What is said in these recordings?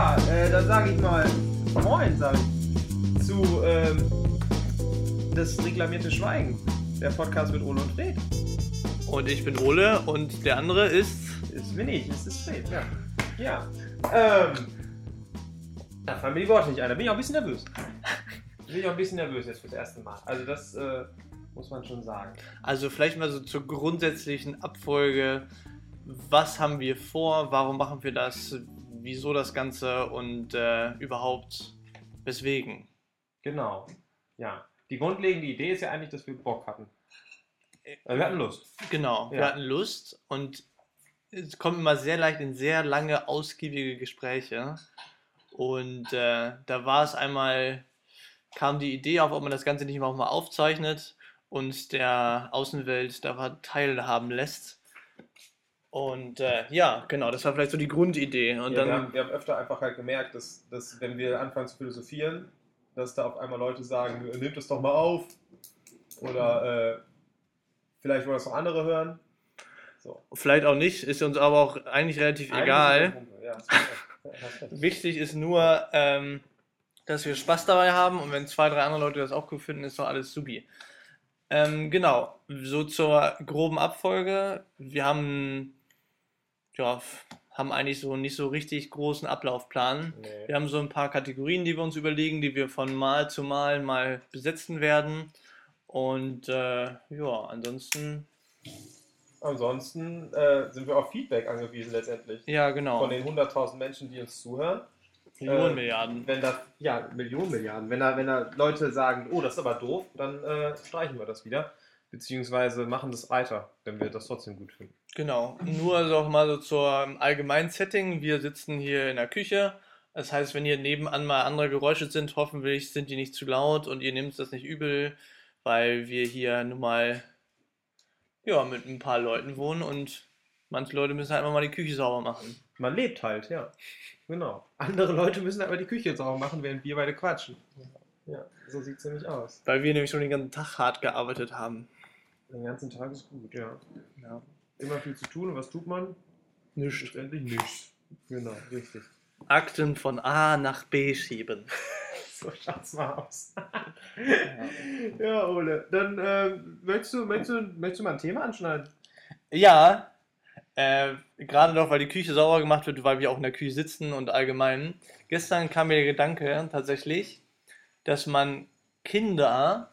Dann sage ich mal Moin, sage ich, zu das reklamierte Schweigen, der Podcast mit Ole und Fred. Und ich bin Ole und der andere ist... Das bin ich, das ist Fred, ja. Ja, da fallen mir die Worte nicht ein, da bin ich auch ein bisschen nervös. Jetzt fürs erste Mal. Also das muss man schon sagen. Also vielleicht mal so zur grundsätzlichen Abfolge. Was haben wir vor? Warum machen wir das? Wieso das Ganze? Und überhaupt weswegen? Genau, ja. Die grundlegende Idee ist ja eigentlich, dass wir Bock hatten. Also wir hatten Lust. Genau, wir hatten Lust und es kommt immer sehr leicht in sehr lange, ausgiebige Gespräche. Und da war es einmal, kam die Idee auf, ob man das Ganze nicht mal aufzeichnet und der Außenwelt da teilhaben lässt. Und ja, genau, das war vielleicht so die Grundidee. Und ja, dann, wir haben öfter einfach halt gemerkt, dass wenn wir anfangen zu philosophieren, dass da auf einmal Leute sagen, nehmt das doch mal auf. Oder vielleicht wollen das noch andere hören. So. vielleicht auch nicht, ist uns aber auch eigentlich relativ egal. Ja, Wichtig ist nur, dass wir Spaß dabei haben und wenn 2, 3 andere Leute das auch cool finden, ist doch alles supi. Genau, so zur groben Abfolge. Wir haben eigentlich so nicht so richtig großen Ablaufplan. Nee. Wir haben so ein paar Kategorien, die wir uns überlegen, die wir von Mal zu Mal mal besetzen werden. Und ansonsten sind wir auf Feedback angewiesen letztendlich. ja, genau. Von den 100.000 Menschen, die uns zuhören. Millionen Milliarden. Millionen Milliarden. Wenn da Leute sagen, oh, das ist aber doof, dann streichen wir das wieder. Beziehungsweise machen das weiter, wenn wir das trotzdem gut finden. Genau. Nur also auch mal so zur allgemeinen Setting. Wir sitzen hier in der Küche. Das heißt, wenn hier nebenan mal andere Geräusche sind, hoffentlich sind die nicht zu laut und ihr nehmt das nicht übel, weil wir hier nun mal mit ein paar Leuten wohnen und manche Leute müssen halt einfach mal die Küche sauber machen. Man lebt halt, ja. Genau. Andere Leute müssen aber die Küche sauber machen, während wir beide quatschen. Ja, so sieht es nämlich aus. Weil wir nämlich schon den ganzen Tag hart gearbeitet haben. Den ganzen Tag ist gut, ja. Ja. Immer viel zu tun und was tut man? Nichts. Letztendlich nichts. Genau, richtig. Akten von A nach B schieben. So schaut's mal aus. Ja, Ole. Dann möchtest du mal ein Thema anschneiden? Ja, gerade noch, weil die Küche sauber gemacht wird, weil wir auch in der Küche sitzen und allgemein. Gestern kam mir der Gedanke tatsächlich, dass man Kinder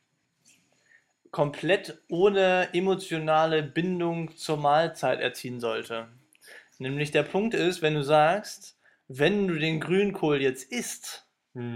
komplett ohne emotionale Bindung zur Mahlzeit erziehen sollte. Nämlich der Punkt ist, wenn du sagst, wenn du den Grünkohl jetzt isst,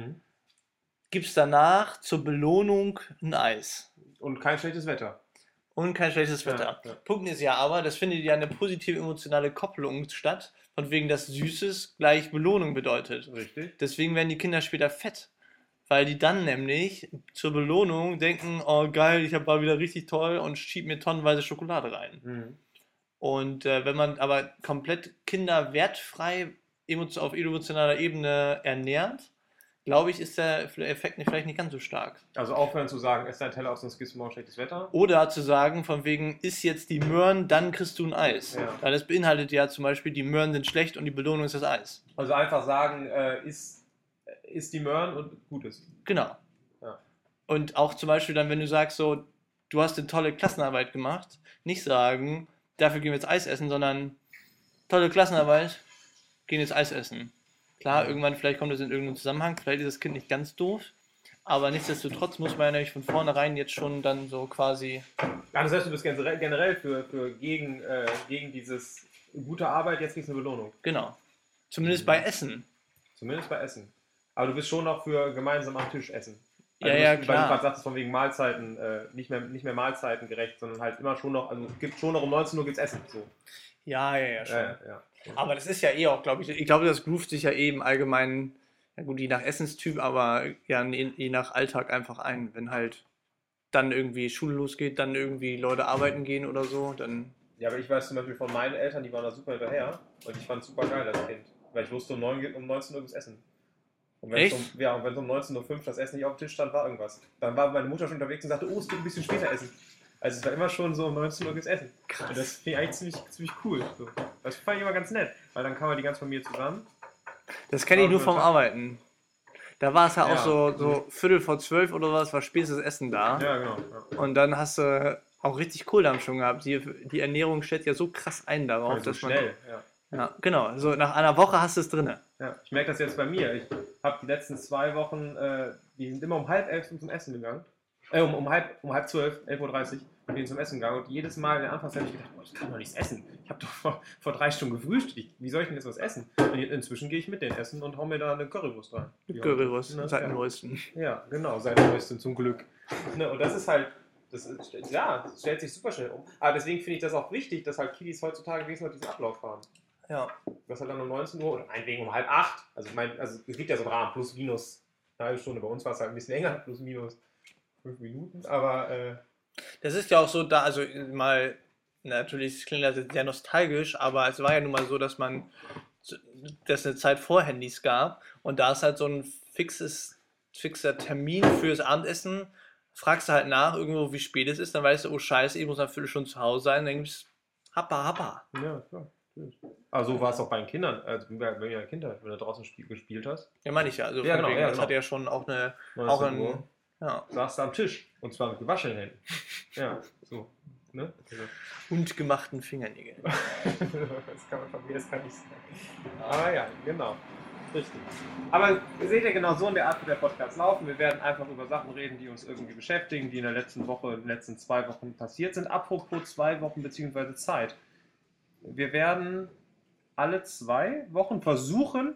gibst danach zur Belohnung ein Eis. Und kein schlechtes Wetter. Und kein schlechtes Wetter. Ja. Punkt ist ja aber, das findet ja eine positive emotionale Kopplung statt, von wegen, dass Süßes gleich Belohnung bedeutet. Richtig. Deswegen werden die Kinder später fett. Weil die dann nämlich zur Belohnung denken, oh geil, ich war wieder richtig toll und schieb mir tonnenweise Schokolade rein. Und wenn man aber komplett Kinder wertfrei auf emotionaler Ebene ernährt, glaube ich, ist der Effekt vielleicht nicht ganz so stark. Also aufhören zu sagen, ess deinen Teller auf, sonst gibst du morgen schlechtes Wetter. Oder zu sagen, von wegen, iss jetzt die Möhren, dann kriegst du ein Eis. Ja. Weil das beinhaltet ja zum Beispiel, die Möhren sind schlecht und die Belohnung ist das Eis. Also einfach sagen, isst die Möhren und gut ist. Genau. Ja. Und auch zum Beispiel dann, wenn du sagst, so, du hast eine tolle Klassenarbeit gemacht, nicht sagen, dafür gehen wir jetzt Eis essen, sondern tolle Klassenarbeit, gehen jetzt Eis essen. Klar, irgendwann vielleicht kommt das in irgendeinen Zusammenhang, vielleicht ist das Kind nicht ganz doof, aber nichtsdestotrotz muss man ja nämlich von vornherein jetzt schon dann so quasi... Ja, das heißt, du bist generell gegen dieses gute Arbeit, jetzt kriegst du eine Belohnung. Genau. Zumindest bei Essen. Zumindest bei Essen. Aber du bist schon noch für gemeinsam am Tisch essen. Also Ja, Weil du klar. gerade sagst, von wegen Mahlzeiten, nicht mehr Mahlzeiten gerecht, sondern halt immer schon noch, also gibt schon noch um 19 Uhr gibt's Essen. So. Ja, schon. Ja. Aber das ist ja auch, glaube ich glaube, das groovt sich ja im Allgemeinen, ja gut, je nach Essenstyp, aber ja, je nach Alltag einfach ein. Wenn halt dann irgendwie Schule losgeht, dann irgendwie Leute arbeiten gehen oder so, dann... Ja, aber ich weiß zum Beispiel von meinen Eltern, die waren da super hinterher und ich fand es super geil als Kind. Weil ich wusste, um 19 Uhr gibt's Essen. Und wenn es um 19.05 Uhr das Essen nicht auf dem Tisch stand, war irgendwas. Dann war meine Mutter schon unterwegs und sagte, oh, es gibt ein bisschen später Essen. Also es war immer schon so, um 19 Uhr gibt's Essen. Krass. Und das finde ich eigentlich ziemlich cool. So. Das fand ich immer ganz nett, weil dann kam halt die ganze Familie zusammen. Das kenne ich nur vom Arbeiten. Da war es ja auch so Mhm. Viertel vor 12 oder was, war spätestes Essen da. Ja, genau. Ja. Und dann hast du auch richtig Kohldampf schon gehabt. Die Ernährung stellt ja so krass ein darauf, Also dass man. schnell, ja. Ja, genau. So nach einer Woche hast du es drinne. Ja, ich merke das jetzt bei mir. Ich habe die letzten 2 Wochen, die sind immer um 10:30 zum Essen gegangen. Um halb 12, 11:30 Uhr, bin ich zum Essen gegangen. Und jedes Mal in der Anfangszeit habe ich gedacht, boah, ich kann doch nichts essen. Ich habe doch vor 3 Stunden gefrühstückt. Wie soll ich denn jetzt was essen? Und inzwischen gehe ich mit denen essen und hau mir da eine Currywurst rein. Currywurst, Ne? seit dem neuesten. Ja, genau, seit dem neuesten zum Glück. Ne, und das ist halt, das stellt sich super schnell um. Aber deswegen finde ich das auch wichtig, dass halt Kiddies heutzutage wenigstens noch diesen Ablauf haben. Ja. Das halt dann um 19 Uhr oder meinetwegen um 7:30. Also es gibt ja so einen Rahmen, plus minus eine halbe Stunde. Bei uns war es halt ein bisschen länger, plus minus 5 Minuten. Aber Das ist ja auch so da, also mal, natürlich klingt das jetzt sehr nostalgisch, aber es war ja nun mal so, dass es eine Zeit vor Handys gab und da ist halt so ein fixer Termin fürs Abendessen. Fragst du halt nach, irgendwo, wie spät es ist, dann weißt du, oh Scheiße, ich muss eine Viertelstunde zu Hause sein, dann denkst du, happa. ja, klar. Also so war es auch bei den Kindern, also bei der Kindheit, wenn du draußen gespielt hast. Ja, meine ich ja. Also Ja, von genau, wegen, ja, das genau. hat ja schon auch 19 Uhr. Ja. Saß da am Tisch. Und zwar mit gewaschenen Händen. Ja, so. Ne? Also. Und gemachten Fingernägeln. Das kann man von mir, das kann ich sagen. Aber ja, genau. Richtig. Aber ihr seht ja genau so in der Art, wie der Podcast laufen. Wir werden einfach über Sachen reden, die uns irgendwie beschäftigen, die in der letzten Woche, in den letzten 2 Wochen passiert sind. Apropos 2 Wochen bzw. Zeit. Wir werden alle 2 Wochen versuchen,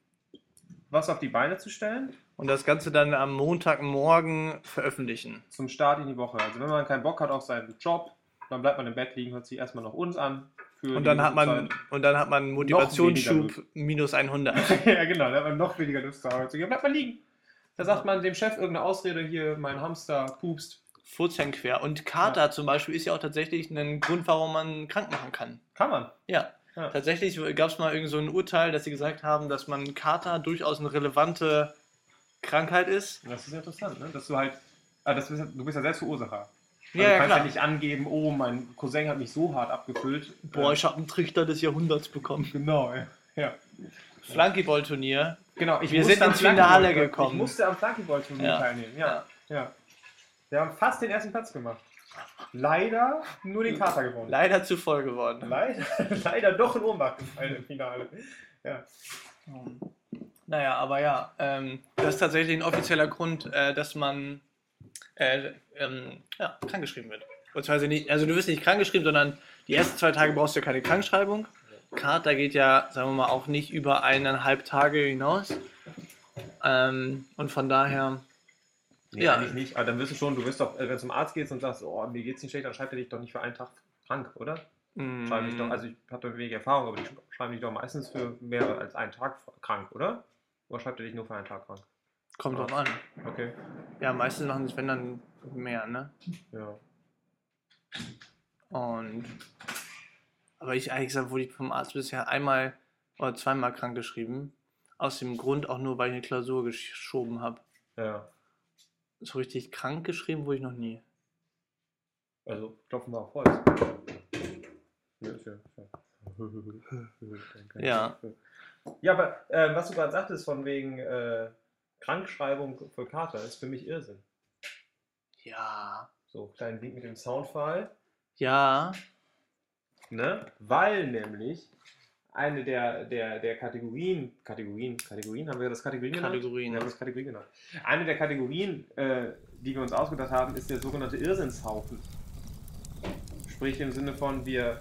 was auf die Beine zu stellen. Und das Ganze dann am Montagmorgen veröffentlichen. Zum Start in die Woche. Also wenn man keinen Bock hat auf seinen Job, dann bleibt man im Bett liegen, hört sich erstmal noch uns an. Und dann hat man Motivationsschub minus 100. Ja, genau, dann hat man noch weniger Lust zu Hause zu gehen. Bleibt man liegen. Da sagt man dem Chef irgendeine Ausrede, hier, mein Hamster pupst. Furzen quer. Und Kater zum Beispiel ist ja auch tatsächlich ein Grund, warum man krank machen kann. Kann man. Ja. Tatsächlich gab es mal irgend so ein Urteil, dass sie gesagt haben, dass man Kater durchaus eine relevante Krankheit ist. Das ist interessant, ne? Dass du halt, du bist ja selbst Verursacher. Ja, du kannst klar. ja nicht angeben, oh, mein Cousin hat mich so hart abgefüllt. Boah, ich habe einen Trichter des Jahrhunderts bekommen. Genau, ja. Flunkyball-Turnier. Genau, Wir sind ins Finale gekommen. Ich musste am Flunkyball-Turnier teilnehmen, ja. Wir haben fast den ersten Platz gemacht. Leider nur den Kater gewonnen. Leider zu voll geworden. Leider doch in Ohnmacht gefallen im Finale. Ja. Naja, aber ja, das ist tatsächlich ein offizieller Grund, dass man krankgeschrieben wird. Beziehungsweise nicht, also du wirst nicht krankgeschrieben, sondern die ersten 2 Tage brauchst du ja keine Krankschreibung. Kater geht ja, sagen wir mal, auch nicht über 1,5 Tage hinaus. Und von daher... Nee, ja, eigentlich nicht. Aber dann wirst du wirst doch, wenn du zum Arzt gehst und sagst, oh, mir geht's nicht schlecht, dann schreibt er dich doch nicht für einen Tag krank, oder? Schreiben dich doch, also ich habe da wenig Erfahrung, aber die schreiben dich doch meistens für mehr als einen Tag krank, oder? Oder schreibt er dich nur für einen Tag krank? Kommt drauf an. Okay. Ja, meistens machen es, wenn dann mehr, ne? Ja. Aber ich ehrlich gesagt wurde ich vom Arzt bisher einmal oder 2-mal krank geschrieben. Aus dem Grund auch nur, weil ich eine Klausur geschoben habe. Ja. So richtig krank geschrieben wurde ich noch nie. Also klopfen wir auf Holz. Ja. Ja, aber was du gerade sagtest von wegen Krankschreibung für Kater ist für mich Irrsinn. Ja. So, kleinen Link mit dem Soundfile. Ja. Ne? Weil nämlich eine der Kategorien, haben wir das Kategorien genannt? Kategorien. Wir haben das Kategorien genannt. Eine der Kategorien, die wir uns ausgedacht haben, ist der sogenannte Irrsinnshaufen. Sprich im Sinne von, wir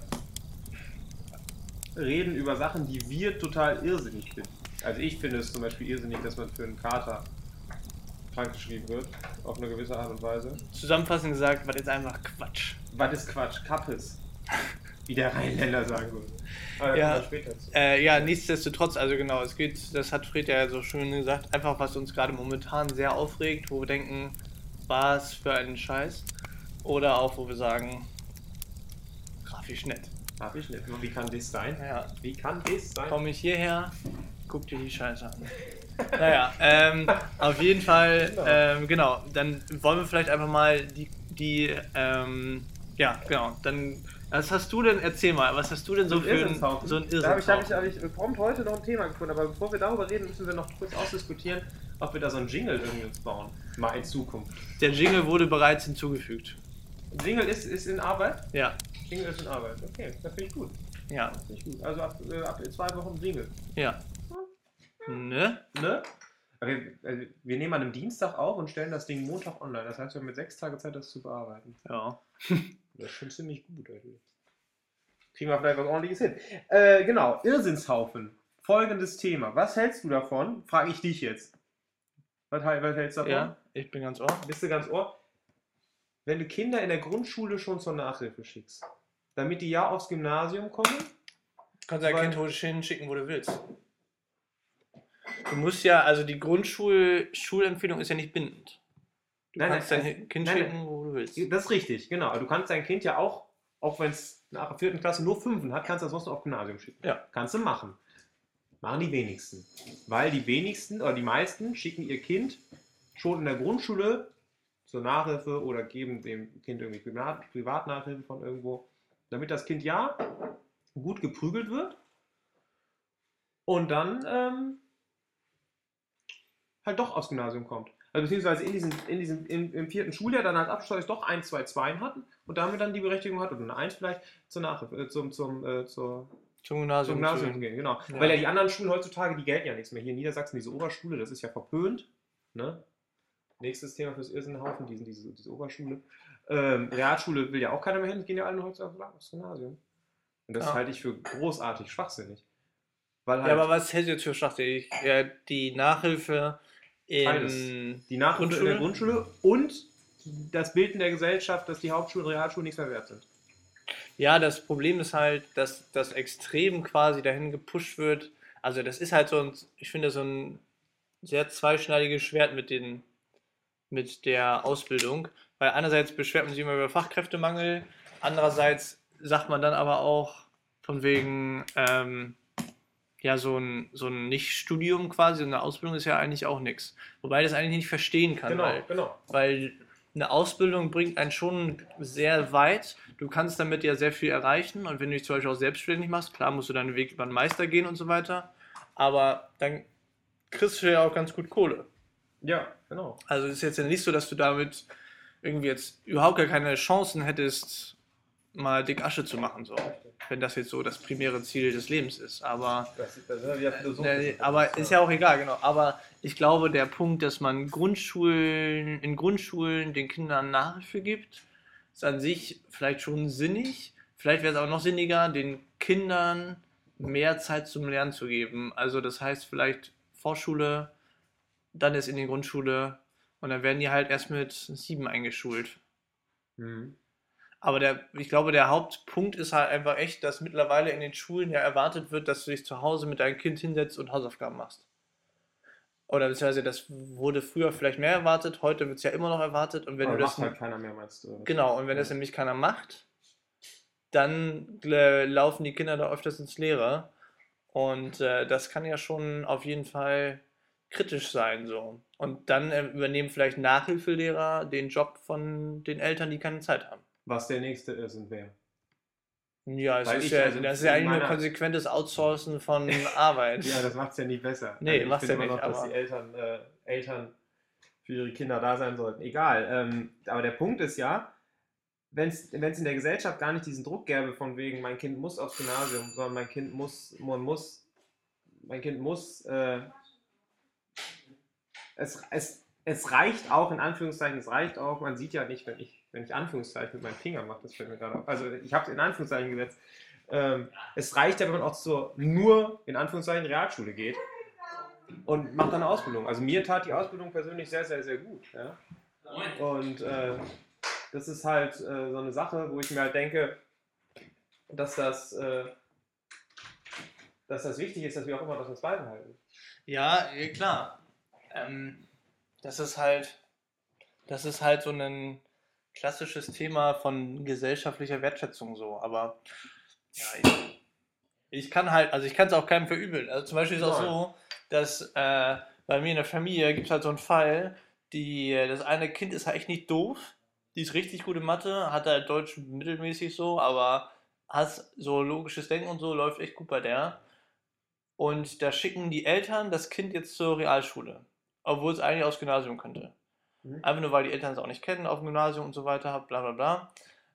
reden über Sachen, die wir total irrsinnig finden. Also ich finde es zum Beispiel irrsinnig, dass man für einen Kater krankgeschrieben wird, auf eine gewisse Art und Weise. Zusammenfassend gesagt, was ist einfach Quatsch. Was ist Quatsch? Kappes. Wie der Rheinländer sagen würde. Aber ja, nichtsdestotrotz, also genau, es geht, das hat Fred ja so schön gesagt, einfach was uns gerade momentan sehr aufregt, wo wir denken, was für ein Scheiß. Oder auch, wo wir sagen, grafisch nett. Grafisch nett. Wie kann das sein? Ja. Wie kann das sein? Komm ich hierher, guck dir die Scheiße an. Naja, auf jeden Fall, genau, dann wollen wir vielleicht einfach mal dann Was hast du denn, erzähl mal, was hast du denn so für so ein Irrsinnshaufen? Da hab ich prompt heute noch ein Thema gefunden, aber bevor wir darüber reden, müssen wir noch kurz ausdiskutieren, ob wir da so einen Jingle irgendwie uns bauen. Mal in Zukunft. Der Jingle wurde bereits hinzugefügt. Jingle ist in Arbeit? Ja. Jingle ist in Arbeit, okay, das finde ich gut. Ja. Das finde ich gut. Also ab 2 Wochen Jingle. Ja. Ne? Wir nehmen an einem Dienstag auf und stellen das Ding Montag online. Das heißt, wir haben mit 6 Tage Zeit, das zu bearbeiten. Ja. Das ist schon ziemlich gut, eigentlich. Kriegen wir vielleicht was Ordentliches hin. Genau, Irrsinnshaufen. Folgendes Thema. Was hältst du davon? Frage ich dich jetzt. Was hältst du davon? Ja, ich bin ganz ohr. Bist du ganz ohr? Wenn du Kinder in der Grundschule schon zur Nachhilfe schickst, damit die ja aufs Gymnasium kommen. Kannst du dein Kind hinschicken, wo du willst. Du musst ja, also die Schulempfehlung ist ja nicht bindend. Du kannst dein Kind schicken, wo du willst. Das ist richtig, genau. Du kannst dein Kind ja auch wenn es nach der 4. Klasse nur 5 hat, kannst du das sonst noch auf Gymnasium schicken. Ja. Kannst du machen. Machen die wenigsten. Weil die wenigsten oder die meisten schicken ihr Kind schon in der Grundschule zur Nachhilfe oder geben dem Kind irgendwie Privatnachhilfe von irgendwo, damit das Kind ja gut geprügelt wird und dann halt doch aufs Gymnasium kommt. Also beziehungsweise im 4. Schuljahr dann als Abschluss doch 1, 2, 2 hatten und damit dann die Berechtigung hat oder eine 1 vielleicht zur Nachhilfe, zum Gymnasium zu gehen, genau. Ja. Weil ja die anderen Schulen heutzutage, die gelten ja nichts mehr. Hier in Niedersachsen, diese Oberschule, das ist ja verpönt. Ne? Nächstes Thema fürs Irrsinnhaufen, diese Oberschule. Realschule will ja auch keiner mehr hin, die gehen ja alle nur heutzutage aufs Gymnasium. Und das halte ich für großartig schwachsinnig. Weil halt aber was hältst du jetzt für schwachsinnig? Ja, die Nachhilfe in der Grundschule und das Bild in der Gesellschaft, dass die Hauptschulen und Realschulen nichts mehr wert sind. Ja, das Problem ist halt, dass das extrem quasi dahin gepusht wird. Also das ist halt ich finde so ein sehr zweischneidiges Schwert mit der Ausbildung. Weil einerseits beschwert man sich immer über Fachkräftemangel, andererseits sagt man dann aber auch von wegen, so ein Nicht-Studium quasi, so eine Ausbildung ist ja eigentlich auch nichts. Wobei ich das eigentlich nicht verstehen kann, weil eine Ausbildung bringt einen schon sehr weit. Du kannst damit ja sehr viel erreichen und wenn du dich zum Beispiel auch selbstständig machst, klar musst du deinen Weg über den Meister gehen und so weiter, aber dann kriegst du ja auch ganz gut Kohle. Ja, genau. Also es ist jetzt ja nicht so, dass du damit irgendwie jetzt überhaupt gar keine Chancen hättest, mal dick Asche zu machen, so. Wenn das jetzt so das primäre Ziel des Lebens ist. Aber, aber ist ja auch egal, genau. Aber ich glaube, der Punkt, dass man in Grundschulen den Kindern Nachhilfe gibt, ist an sich vielleicht schon sinnig. Vielleicht wäre es auch noch sinniger, den Kindern mehr Zeit zum Lernen zu geben. Also das heißt vielleicht Vorschule, dann ist in die Grundschule und dann werden die halt erst mit 7 eingeschult. Mhm. Aber ich glaube, der Hauptpunkt ist halt einfach echt, dass mittlerweile in den Schulen ja erwartet wird, dass du dich zu Hause mit deinem Kind hinsetzt und Hausaufgaben machst. Oder beziehungsweise das wurde früher vielleicht mehr erwartet, heute wird es ja immer noch erwartet. Und wenn du das macht halt keiner mehr, meinst du? Genau, und wenn das nämlich keiner macht, dann laufen die Kinder da öfters ins Leere. Und das kann ja schon auf jeden Fall kritisch sein. So. Und dann übernehmen vielleicht Nachhilfelehrer den Job von den Eltern, die keine Zeit haben. Was der nächste Irrsinn wäre. Ja, das ist ja eigentlich nur konsequentes Outsourcen von Arbeit. Ja, das macht es ja nicht besser. Nee, macht es ja nicht. Noch, dass die Eltern für ihre Kinder da sein sollten. Egal. Aber der Punkt ist ja, wenn es in der Gesellschaft gar nicht diesen Druck gäbe, von wegen, mein Kind muss aufs Gymnasium, sondern mein Kind muss es reicht auch, in Anführungszeichen, man sieht ja nicht, wenn ich Anführungszeichen mit meinem Finger mache, das fällt mir gerade auf, also ich habe es in Anführungszeichen gesetzt, es reicht ja, wenn man auch zur nur, in Anführungszeichen, Realschule geht und macht dann eine Ausbildung. Also mir tat die Ausbildung persönlich sehr, sehr, sehr gut. Ja? Und das ist halt so eine Sache, wo ich mir halt denke, dass das wichtig ist, dass wir auch immer das beibehalten. Ja, klar. Das ist halt so ein klassisches Thema von gesellschaftlicher Wertschätzung so, aber ja, ich kann es auch keinem verübeln. Also zum Beispiel ist es auch so, dass bei mir in der Familie gibt es halt so einen Fall, das eine Kind ist halt echt nicht doof, die ist richtig gut in Mathe, hat halt Deutsch mittelmäßig so, aber hast so logisches Denken und so, läuft echt gut bei der. Und da schicken die Eltern das Kind jetzt zur Realschule, obwohl es eigentlich aufs Gymnasium könnte. Einfach nur, weil die Eltern es auch nicht kennen auf dem Gymnasium und so weiter, bla bla bla.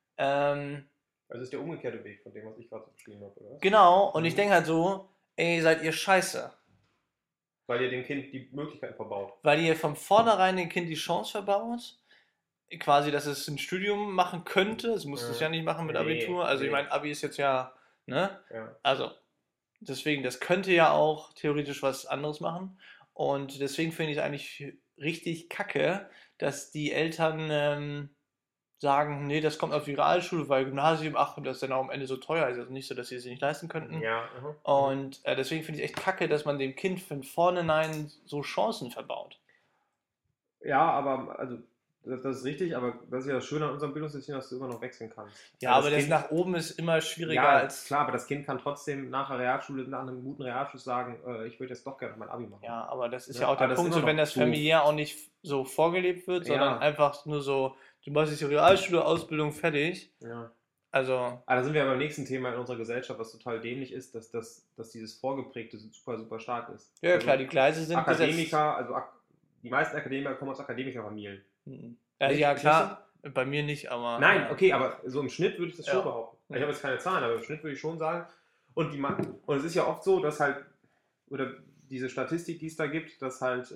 Also ist der umgekehrte Weg von dem, was ich gerade so beschrieben habe, oder was? Genau, und ich denke halt so, ey, seid ihr scheiße. Weil ihr dem Kind die Möglichkeiten verbaut. Weil ihr von vornherein dem Kind die Chance verbaut, quasi, dass es ein Studium machen könnte. Es muss es ja nicht machen mit Abitur. Also ich meine, Abi ist jetzt ja, ne? Ja. Also, deswegen, das könnte ja auch theoretisch was anderes machen. Und deswegen finde ich es eigentlich richtig kacke, dass die Eltern sagen, nee, das kommt auf die Realschule, weil Gymnasium, ach, das ist dann auch am Ende so teuer. Also nicht so, dass sie es nicht leisten könnten. Ja. Und deswegen finde ich echt kacke, dass man dem Kind von vornherein so Chancen verbaut. Ja, aber also das ist richtig, aber das ist ja das Schöne an unserem Bildungssystem, dass du immer noch wechseln kannst. Ja, Also aber das nach oben ist immer schwieriger ja, als. klar, aber das Kind kann trotzdem nach der Realschule, nach einem guten Realschluss sagen, ich würde jetzt doch gerne mein Abi machen. Ja, aber das ist Ja, ja auch der aber das Punkt, ist immer so wenn noch das doof. familiär auch nicht so vorgelebt wird, sondern Ja. einfach nur so, du machst jetzt die Realschule, Ausbildung fertig. Ja. Also, Aber da sind wir beim nächsten Thema in unserer Gesellschaft, was total dämlich ist, dass dieses Vorgeprägte super, super stark ist. ja Also klar, die Gleise sind Akademiker, also die meisten Akademiker kommen aus Akademikerfamilien. gesetzt. Ja, Nicht? ja, klar, bei mir nicht, aber. Nein, okay, aber so im Schnitt würde ich das Ja. schon behaupten. Ich habe jetzt keine Zahlen, aber im Schnitt würde ich schon sagen. Und es ist ja oft so, dass halt, oder diese Statistik, die es da gibt, dass halt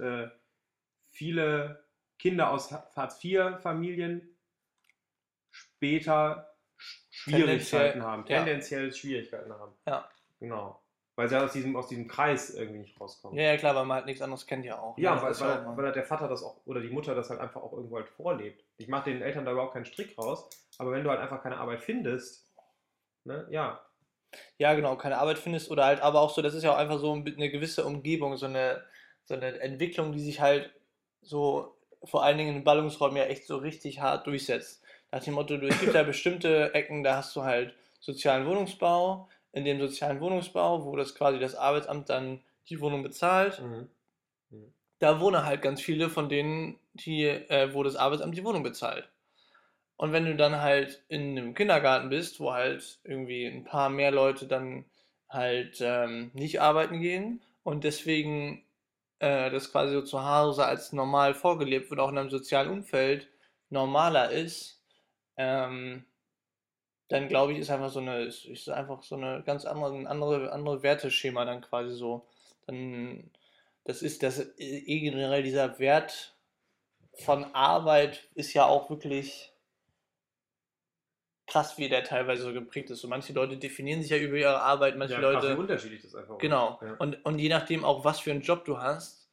viele Kinder aus Hartz-IV-Familien später Schwierigkeiten haben, tendenziell Schwierigkeiten haben. Ja. Genau. Weil sie aus diesem Kreis irgendwie nicht rauskommen. Ja, klar, weil man halt nichts anderes kennt ja auch. Ja, ne? weil halt der Vater das auch, oder die Mutter das halt einfach auch irgendwo halt vorlebt. Ich mache den Eltern da überhaupt keinen Strick raus, aber wenn du halt einfach keine Arbeit findest, ne, ja. Ja, genau, keine Arbeit findest oder halt aber auch so, das ist ja auch einfach so eine gewisse Umgebung, so eine Entwicklung, die sich halt so vor allen Dingen in Ballungsräumen ja echt so richtig hart durchsetzt. Nach dem Motto, es gibt ja bestimmte Ecken, da hast du halt sozialen Wohnungsbau, in dem sozialen Wohnungsbau, wo das quasi das Arbeitsamt dann die Wohnung bezahlt, da wohnen halt ganz viele von denen, wo das Arbeitsamt die Wohnung bezahlt. Und wenn du dann halt in einem Kindergarten bist, wo halt irgendwie ein paar mehr Leute dann halt nicht arbeiten gehen und deswegen das quasi so zu Hause als normal vorgelebt wird, auch in einem sozialen Umfeld normaler ist, dann glaube ich, ist einfach so eine ganz andere Werteschema dann quasi so. Dann, das generell dieser Wert von Arbeit ist ja auch wirklich krass, wie der teilweise so geprägt ist. So manche Leute definieren sich ja über ihre Arbeit, manche Krass, wie Leute. unterschiedlich das einfach Genau. ist. Ja. Und je nachdem auch, was für einen Job du hast,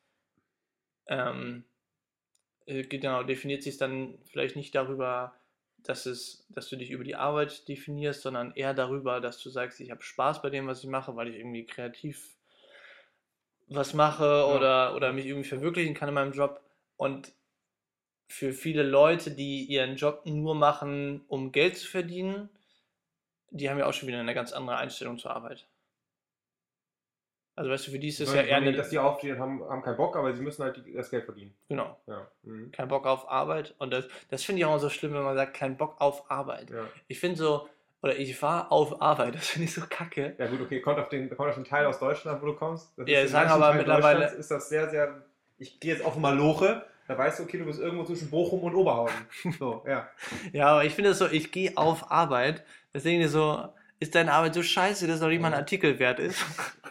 genau, definiert sich dann vielleicht nicht darüber, dass du dich über die Arbeit definierst, sondern eher darüber, dass du sagst, ich habe Spaß bei dem, was ich mache, weil ich irgendwie kreativ was mache oder mich irgendwie verwirklichen kann in meinem Job. Und für viele Leute, die ihren Job nur machen, um Geld zu verdienen, die haben ja auch schon wieder eine ganz andere Einstellung zur Arbeit. Also weißt du, für die ist es ja eher dass die aufstehen, haben keinen Bock, aber sie müssen halt das Geld verdienen. Genau. Ja. Kein Bock auf Arbeit. Und das finde ich auch immer so schlimm, wenn man sagt, kein Bock auf Arbeit. Ja. Ich finde so, oder ich war auf Arbeit, das finde ich so kacke. Ja gut, okay, kommt auf den Teil aus Deutschland, wo du kommst. Das Ja, ist sagen in manchen aber Teilen mittlerweile- Deutschlands ist das sehr, sehr. Ich gehe jetzt auf Maloche, da weißt du, okay, du bist irgendwo zwischen Bochum und Oberhausen. So, ja. Ja, aber ich finde es so, ich gehe auf Arbeit. Deswegen so, ist deine Arbeit so scheiße, dass noch nicht mal ein Artikel wert ist?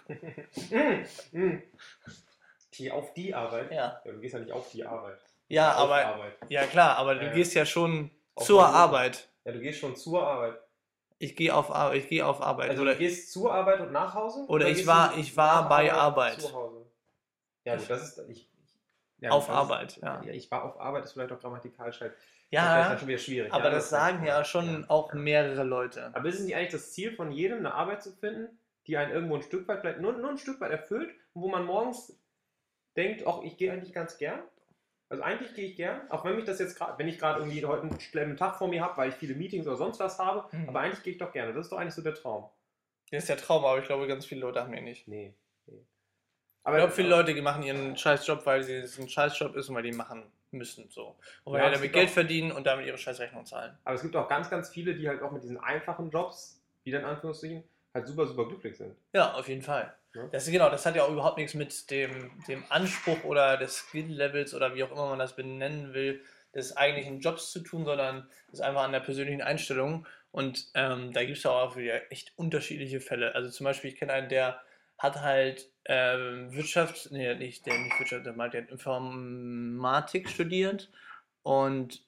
Geh auf die Arbeit. Ja. Du gehst ja nicht auf die Arbeit. Ja, Auf aber, Arbeit. ja klar, aber du Ja. gehst ja schon Auf zur Maloche. Arbeit. Ja, du gehst schon zur Arbeit. Ich gehe auf Arbeit. Also oder du gehst zur Arbeit und nach Hause? Oder ich gehst war- du ich war nach bei Arbeit. Zu Hause. Ja, gut, das ist. Ja, Auf das Arbeit, ist, ja. Ich war auf Arbeit, ist vielleicht auch grammatikal scheiße. Das ist ja, dann schon wieder schwierig. aber ja, das sagen ja schon auch mehrere Leute. Aber ist es nicht eigentlich das Ziel von jedem, eine Arbeit zu finden, die einen irgendwo ein Stück weit, vielleicht nur ein Stück weit erfüllt, und wo man morgens denkt, ach, ich gehe eigentlich ganz gern? Also eigentlich gehe ich gern, auch wenn mich das jetzt gerade, wenn ich gerade irgendwie heute einen schlimmen Tag vor mir habe, weil ich viele Meetings oder sonst was habe, aber eigentlich gehe ich doch gerne. Das ist doch eigentlich so der Traum. Das ist der Traum, aber ich glaube, ganz viele Leute haben den nicht. Nee. Ich glaube, viele Leute die machen ihren Scheißjob, weil es ein Scheißjob ist und weil die machen müssen. So. Und weil Ja, die es damit gibt Geld auch- verdienen und damit ihre Scheißrechnung zahlen. Aber es gibt auch ganz, ganz viele, die halt auch mit diesen einfachen Jobs die dann in Anführungsstrichen halt super, super glücklich sind. Ja, auf jeden Fall. Ja. Das hat ja auch überhaupt nichts mit dem Anspruch oder des Skill-Levels oder wie auch immer man das benennen will, des eigentlichen Jobs zu tun, sondern das ist einfach an der persönlichen Einstellung. Und da gibt es ja auch wieder echt unterschiedliche Fälle. Also zum Beispiel, ich kenne einen, der hat halt nicht Wirtschaft, der hat Informatik studiert und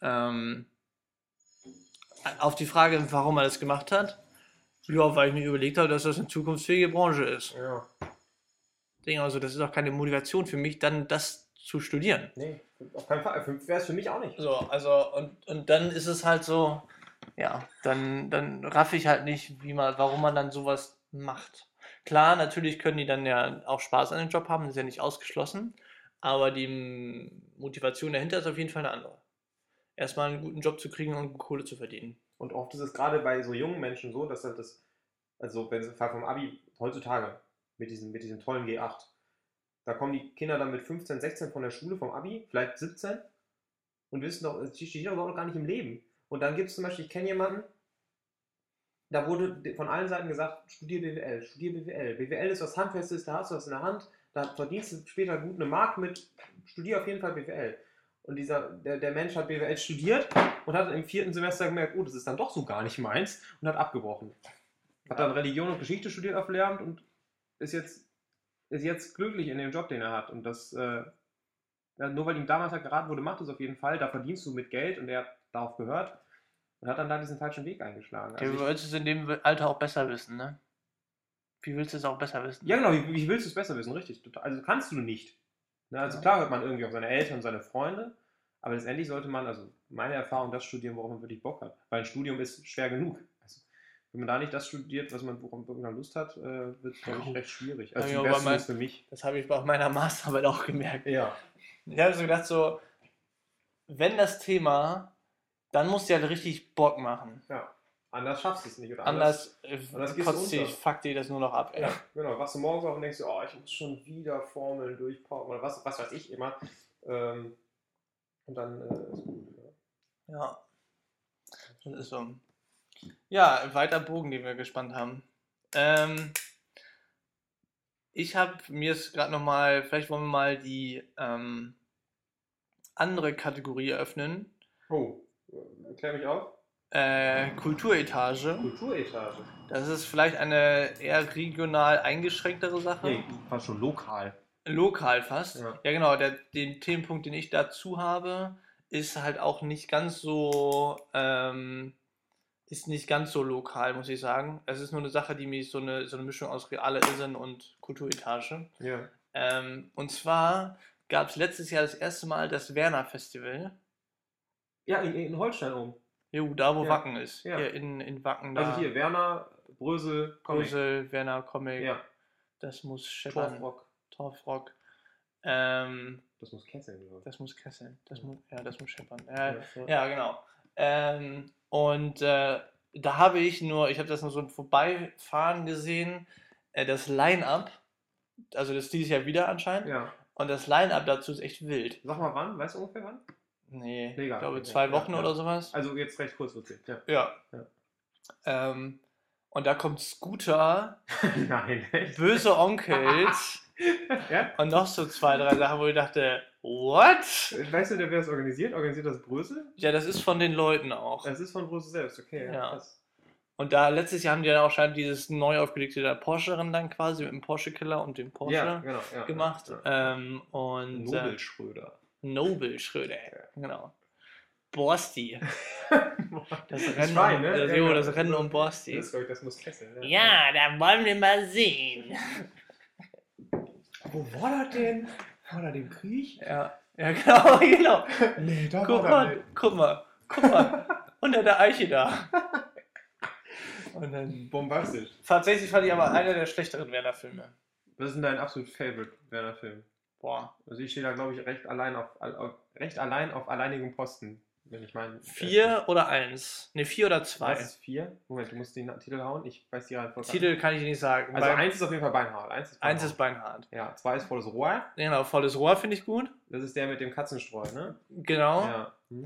auf die Frage, warum er das gemacht hat, ja, weil ich mir überlegt habe, dass das eine zukunftsfähige Branche ist. Ja. Also das ist auch keine Motivation für mich, dann das zu studieren. Nee, auf keinen Fall. Wäre es für mich auch nicht. So, also und dann ist es halt so, ja, dann raff ich halt nicht, warum man dann sowas macht. Klar, natürlich können die dann ja auch Spaß an dem Job haben, das ist ja nicht ausgeschlossen, aber die Motivation dahinter ist auf jeden Fall eine andere. Erstmal einen guten Job zu kriegen und Kohle zu verdienen. Und oft ist es gerade bei so jungen Menschen so, dass halt also wenn sie vom Abi heutzutage mit diesem tollen G8, da kommen die Kinder dann mit 15, 16 von der Schule, vom Abi, vielleicht 17 und wissen doch, die stehen doch überhaupt gar nicht im Leben. Und dann gibt es zum Beispiel, ich kenne jemanden, da wurde von allen Seiten gesagt, studier BWL, studier BWL. BWL ist was Handfestes, da hast du was in der Hand, da verdienst du später gut eine Mark mit, studier auf jeden Fall BWL. Und der Mensch hat BWL studiert und hat im 4. Semester gemerkt, oh, das ist dann doch so gar nicht meins und hat abgebrochen. Hat dann Religion und Geschichte studiert auf Lehramt und ist jetzt glücklich in dem Job, den er hat. Und das, nur weil ihm damals halt geraten wurde, mach das auf jeden Fall, da verdienst du mit Geld und er hat darauf gehört und hat dann da diesen falschen Weg eingeschlagen. Okay, du wolltest es in dem Alter auch besser wissen, ne? Wie willst du es auch besser wissen? Ja, genau, wie willst du es besser wissen, richtig. Also kannst du nicht. Ne? Also klar hört man irgendwie auf seine Eltern, seine Freunde, aber letztendlich sollte man, also meine Erfahrung, das studieren, worauf man wirklich Bock hat. Weil ein Studium ist schwer genug. Also, wenn man da nicht das studiert, worauf man Lust hat, wird es, glaube ich, recht schwierig. Also das für mich. Das habe ich bei meiner Masterarbeit auch gemerkt. Ja. Ich habe so gedacht, so, wenn das Thema, dann musst du halt richtig Bock machen. Ja. Anders schaffst du es nicht. Oder anders kotzt dich, fuck dir das nur noch ab. Ey. Ja, genau. Wachst du morgens auf und denkst, oh, ich muss schon wieder Formeln durchpauken oder was weiß ich immer. Und dann ist gut. Ja. Das ist so. Ja, weiter Bogen, den wir gespannt haben. Mir ist gerade nochmal, vielleicht wollen wir mal die andere Kategorie eröffnen. Oh, klär mich auf. Kulturetage. Kulturetage. Das ist vielleicht eine eher regional eingeschränktere Sache. Nee, fast schon lokal. Lokal fast. Ja, ja genau. Den Themenpunkt, den ich dazu habe, ist halt auch nicht ganz so lokal, muss ich sagen. Es ist nur eine Sache, die mich so eine Mischung aus Reale Irrsinn und Kulturetage. Ja. Und zwar gab es letztes Jahr das erste Mal das Werner Festival. Ja, in Holstein oben. Jo, da wo Wacken ist. Ja. Hier in Wacken da. Also hier, Werner, Brösel, Comic. Brösel, Werner, Comic. Ja. Das muss scheppern. Torfrock. Das muss kesseln, glaube ich. Das muss kesseln. Das muss scheppern. Ja. Genau. Da habe ich habe das nur so im Vorbeifahren gesehen, das Line-Up, also das ist dieses Jahr wieder anscheinend. Ja. Und das Line-Up dazu ist echt wild. Sag mal wann, weißt du ungefähr wann? Nee, Egal. Ich glaube 2 Wochen oder sowas. Also jetzt recht kurzfristig. Ja. Und da kommt Scooter, Nein, echt? Böse Onkels Ja? und noch so 2, 3 Sachen, wo ich dachte, what? Weißt du, wer das organisiert? Organisiert das Brösel? Ja, das ist von den Leuten auch. Das ist von Brösel selbst, okay. Ja. Krass. Und da letztes Jahr haben die dann auch schon dieses neu aufgelegte da Porsche-Rennen dann quasi mit dem Porsche-Killer und dem Porsche gemacht. Ja. Und Nobel Schröder. Genau. Borsti. Das Rennen, das Rennen um Borsti. Das muss kesseln. Ne? Ja, da wollen wir mal sehen. Wo war das denn? War da dem Krieg? Ja, genau. Nee, da guck mal. Unter der Eiche da. Und dann bombastisch. Tatsächlich fand ich aber einer der schlechteren Werner-Filme. Was ist denn dein absolut Favorite Werner-Film? Boah. Also ich stehe da, glaube ich, recht allein auf alleinigem Posten. Wenn ich meine. 4 oder 1? Ne, 4 oder 2. Was ist 4? Moment, du musst den Titel hauen. Ich weiß die Reihenfolge. Titel kann ich dir nicht sagen. Also 1 ist auf jeden Fall Beinhard. 1 ist Beinhard. Ja, 2 ist Volles Rohr. Genau, Volles Rohr finde ich gut. Das ist der mit dem Katzenstreu, ne? Genau. Ja.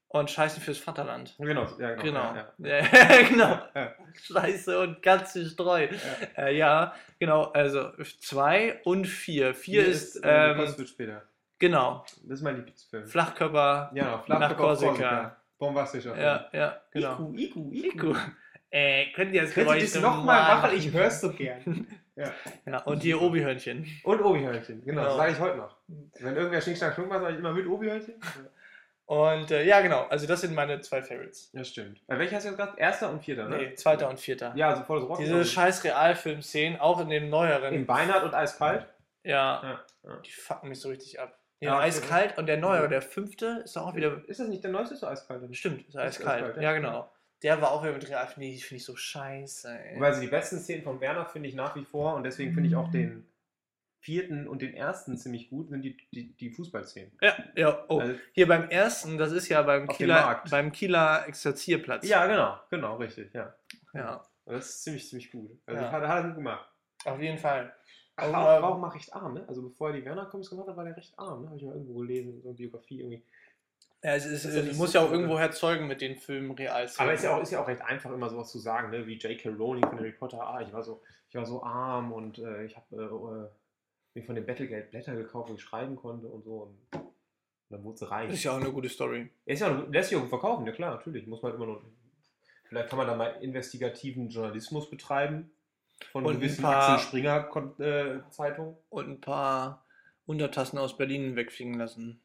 und Scheiße fürs Vaterland. Genau, ja, Genau. Ja. Genau. Ja. Scheiße und ganze Streu. Ja, genau. Also 2 und 4. 4 ist Kost wird später. genau. Das ist mein Lieblingsfilm. Flachkörper. Ja, nach Korsika. Bombastischer Film. Ja, genau. Iku. Könnt ihr das Könnt ihr Geräusch das nochmal machen? Ich hör's so gern. Ja, und die Obi-Hörnchen. Und Obi-Hörnchen, genau. Das Genau. sage ich heute noch. Wenn irgendwer Schnick, Schnuck macht, sage ich immer mit Obi-Hörnchen. Und ja, genau. Also das sind meine 2 Favorites. Ja, stimmt. Welcher hast du jetzt gerade? Erster und vierter, ne? Nee, 2. und 4. Ja, also voll so Rock. Diese scheiß Realfilm-Szenen, auch in dem neueren. In Beinhard und Eiskalt. Ja. Die fucken mich so richtig ab. Ja, Ja, eiskalt und der neuere, der 5. ist doch auch wieder. Ist das nicht der neueste, ist so eiskalt? Oder? Stimmt, ist Ist eiskalt. eiskalt, Ja, genau. Der war auch wieder mit Real, finde ich so scheiße, ey. Also die besten Szenen von Werner finde ich nach wie vor und deswegen finde ich auch den 4. und den 1. ziemlich gut, sind die Fußballszenen. Ja. Oh. Also, Hier beim ersten, das ist ja Auf dem Markt. beim Kieler Exerzierplatz. ja, genau, richtig, ja. Ja. Das ist ziemlich gut. Also Ja. hat er gut gemacht. Auf jeden Fall. Ach, war auch mal recht arm, ne? Also bevor er die Werner-Comics gemacht hat, war der recht arm, ne? Habe ich mal irgendwo gelesen, in so einer Biografie irgendwie. Ja, Ist ja nicht muss so ja auch cool, irgendwo erzeugen mit den Filmen real. Aber ist ja auch recht einfach, immer sowas zu sagen, ne? Wie J.K. Rowling von Harry Potter. Ich war so arm und ich habe mir von dem Battlegate Blätter gekauft, wo ich schreiben konnte und so. Und dann wurde sie reich. Das ist ja auch eine gute Story. Ist ja lässt sich auch verkaufen, ja klar, natürlich. Muss man halt immer noch. Vielleicht kann man da mal investigativen Journalismus betreiben. Von Und gewissen ein paar- Axel Springer Zeitungen. Und ein paar Untertassen aus Berlin wegfliegen lassen.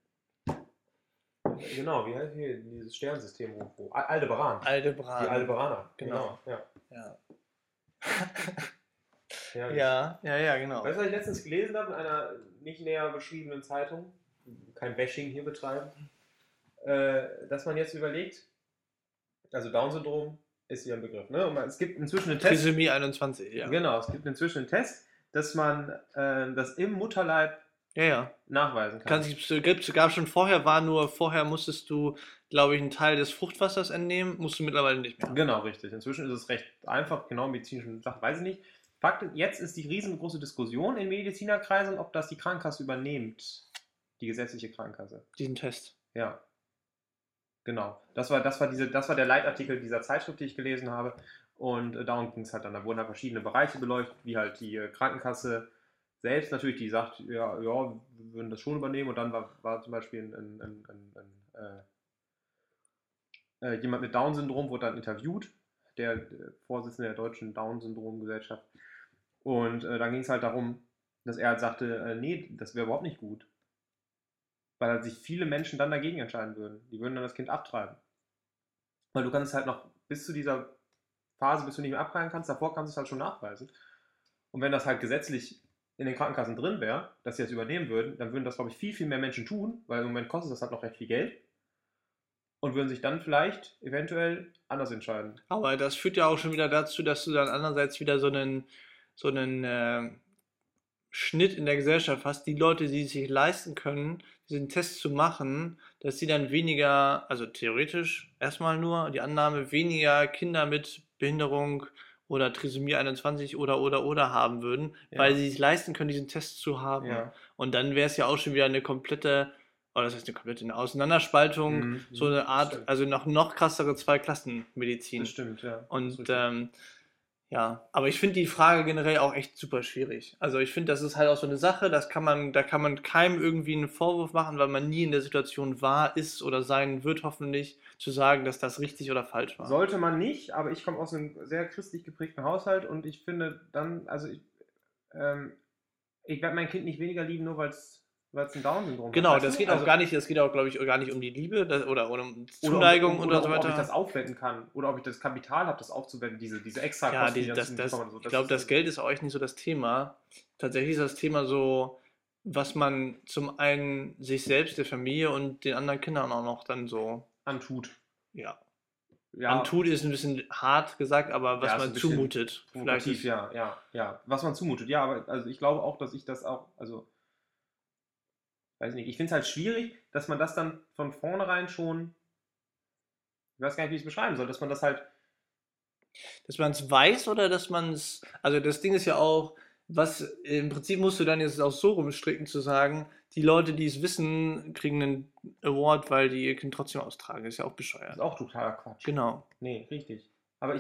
Genau, wie heißt hier dieses Sternensystem irgendwo? Aldebaran. Aldebaran. Die Aldebaraner. Genau. Ja. Ja, genau. Weißt du, was ich letztens gelesen habe in einer nicht näher beschriebenen Zeitung? Kein Bashing hier betreiben. Dass man jetzt überlegt, also Down-Syndrom ist hier ein Begriff, ne? Und es gibt inzwischen einen Test. Trisomie 21, ja. Genau, es gibt inzwischen einen Test, dass man das im Mutterleib Ja. nachweisen kann. Gab schon vorher musstest du, glaube ich, einen Teil des Fruchtwassers entnehmen, musst du mittlerweile nicht mehr. Genau, richtig. Inzwischen ist es recht einfach, genau, medizinischen Sachen weiß ich nicht. Fakt, jetzt ist die riesengroße Diskussion in Medizinerkreisen, ob das die Krankenkasse übernimmt. Die gesetzliche Krankenkasse. Diesen Test. Ja. Genau. Das war der Leitartikel dieser Zeitschrift, die ich gelesen habe. Und darum ging es halt dann. Da wurden halt verschiedene Bereiche beleuchtet, wie halt die Krankenkasse selbst natürlich, die sagt, ja, wir würden das schon übernehmen. Und dann war zum Beispiel jemand mit Down-Syndrom, wurde dann interviewt, der Vorsitzende der Deutschen Down-Syndrom-Gesellschaft. Und dann ging es halt darum, dass er halt sagte, nee, das wäre überhaupt nicht gut. Weil halt sich viele Menschen dann dagegen entscheiden würden. Die würden dann das Kind abtreiben. Weil du kannst halt noch bis zu dieser Phase, bis du nicht mehr abtreiben kannst, davor kannst du es halt schon nachweisen. Und wenn das halt gesetzlich in den Krankenkassen drin wäre, dass sie das übernehmen würden, dann würden das, glaube ich, viel, viel mehr Menschen tun, weil im Moment kostet das halt noch recht viel Geld. Und würden sich dann vielleicht eventuell anders entscheiden. Aber das führt ja auch schon wieder dazu, dass du dann andererseits wieder so einen Schnitt in der Gesellschaft hast, die Leute, die sich leisten können, diesen Test zu machen, dass sie dann weniger, also theoretisch erstmal nur die Annahme, weniger Kinder mit Behinderung oder Trisomie 21 oder haben würden, weil sie sich leisten können, diesen Test zu haben. Ja. Und dann wäre es ja auch schon wieder eine komplette, oder das heißt eine Auseinanderspaltung, so eine Art, stimmt. also noch krassere Zweiklassenmedizin. Das stimmt, ja. Und ja, aber ich finde die Frage generell auch echt super schwierig. Also ich finde, das ist halt auch so eine Sache, da kann man keinem irgendwie einen Vorwurf machen, weil man nie in der Situation war, ist oder sein wird, hoffentlich, zu sagen, dass das richtig oder falsch war. Sollte man nicht, aber ich komme aus einem sehr christlich geprägten Haushalt und ich finde dann, also ich werde mein Kind nicht weniger lieben, nur weil es ein Down-Syndrom hat. Genau, weißt das du? geht Also- auch gar nicht, glaube ich, gar nicht um die Liebe oder um Zuneigung oder so Ob ich weiter. das aufwenden kann oder ob ich das Kapital habe, das aufzuwenden, diese extra Ja, Kosten, ich glaube, das Geld ist auch echt nicht so das Thema. Tatsächlich ist das Thema so, was man zum einen sich selbst, der Familie und den anderen Kindern auch noch dann so antut. ja. Ja, Antut ist ein bisschen hart gesagt, aber was Ja, ist man ein bisschen zumutet. Vielleicht provokativ, ja. Was man zumutet. Ja, aber also ich glaube auch, dass ich das auch, also weiß nicht, ich finde es halt schwierig, dass man das dann von vornherein schon, ich weiß gar nicht, wie ich es beschreiben soll, dass man das halt, dass man es weiß oder dass man es. Also das Ding ist ja auch, im Prinzip musst du dann jetzt auch so rumstricken zu sagen, die Leute, die es wissen, kriegen einen Award, weil die ihr Kind trotzdem austragen. Ist ja auch Das bescheuert. ist auch totaler Quatsch. Genau. Nee, richtig. Aber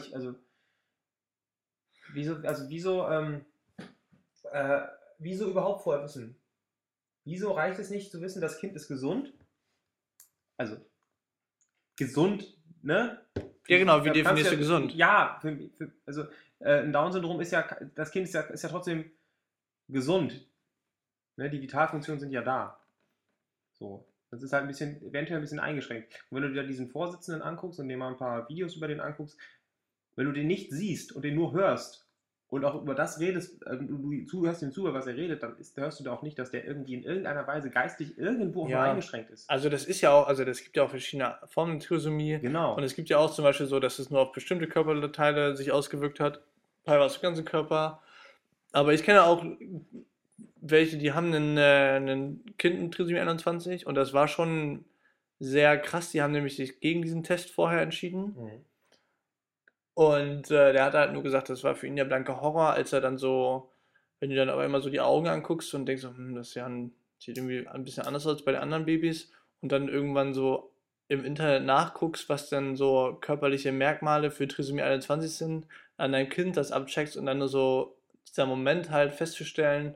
wieso überhaupt vorher wissen? Wieso reicht es nicht zu wissen, das Kind ist gesund? Also, gesund, ne? Ja, genau, wie Da kannst definierst du gesund? Ja, ein Down-Syndrom ist ja, das Kind ist ja trotzdem gesund. Ne? Die Vitalfunktionen sind ja da. So. Das ist halt eventuell ein bisschen eingeschränkt. Und wenn du dir diesen Vorsitzenden anguckst und dir mal ein paar Videos über den anguckst, wenn du den nicht siehst und den nur hörst und auch über das redest, du hörst ihm zu, was er redet, dann hörst du da auch nicht, dass der irgendwie in irgendeiner Weise geistig irgendwo Ja. eingeschränkt ist. Also das ist ja auch, also es gibt ja auch verschiedene Formen der Trisomie. Genau. Und es gibt ja auch zum Beispiel so, dass es nur auf bestimmte Körperteile sich ausgewirkt hat, teilweise auf den ganzen Körper. Aber ich kenne auch welche, die haben einen Kind mit Trisomie 21 und das war schon sehr krass. Die haben nämlich sich gegen diesen Test vorher entschieden. Mhm. Und der hat halt nur gesagt, das war für ihn der blanke Horror, als er dann so, wenn du dann aber immer so die Augen anguckst und denkst so, das ist ja sieht irgendwie ein bisschen anders aus als bei den anderen Babys und dann irgendwann so im Internet nachguckst, was dann so körperliche Merkmale für Trisomie 21 sind, an deinem Kind das abcheckst und dann nur so dieser Moment halt festzustellen,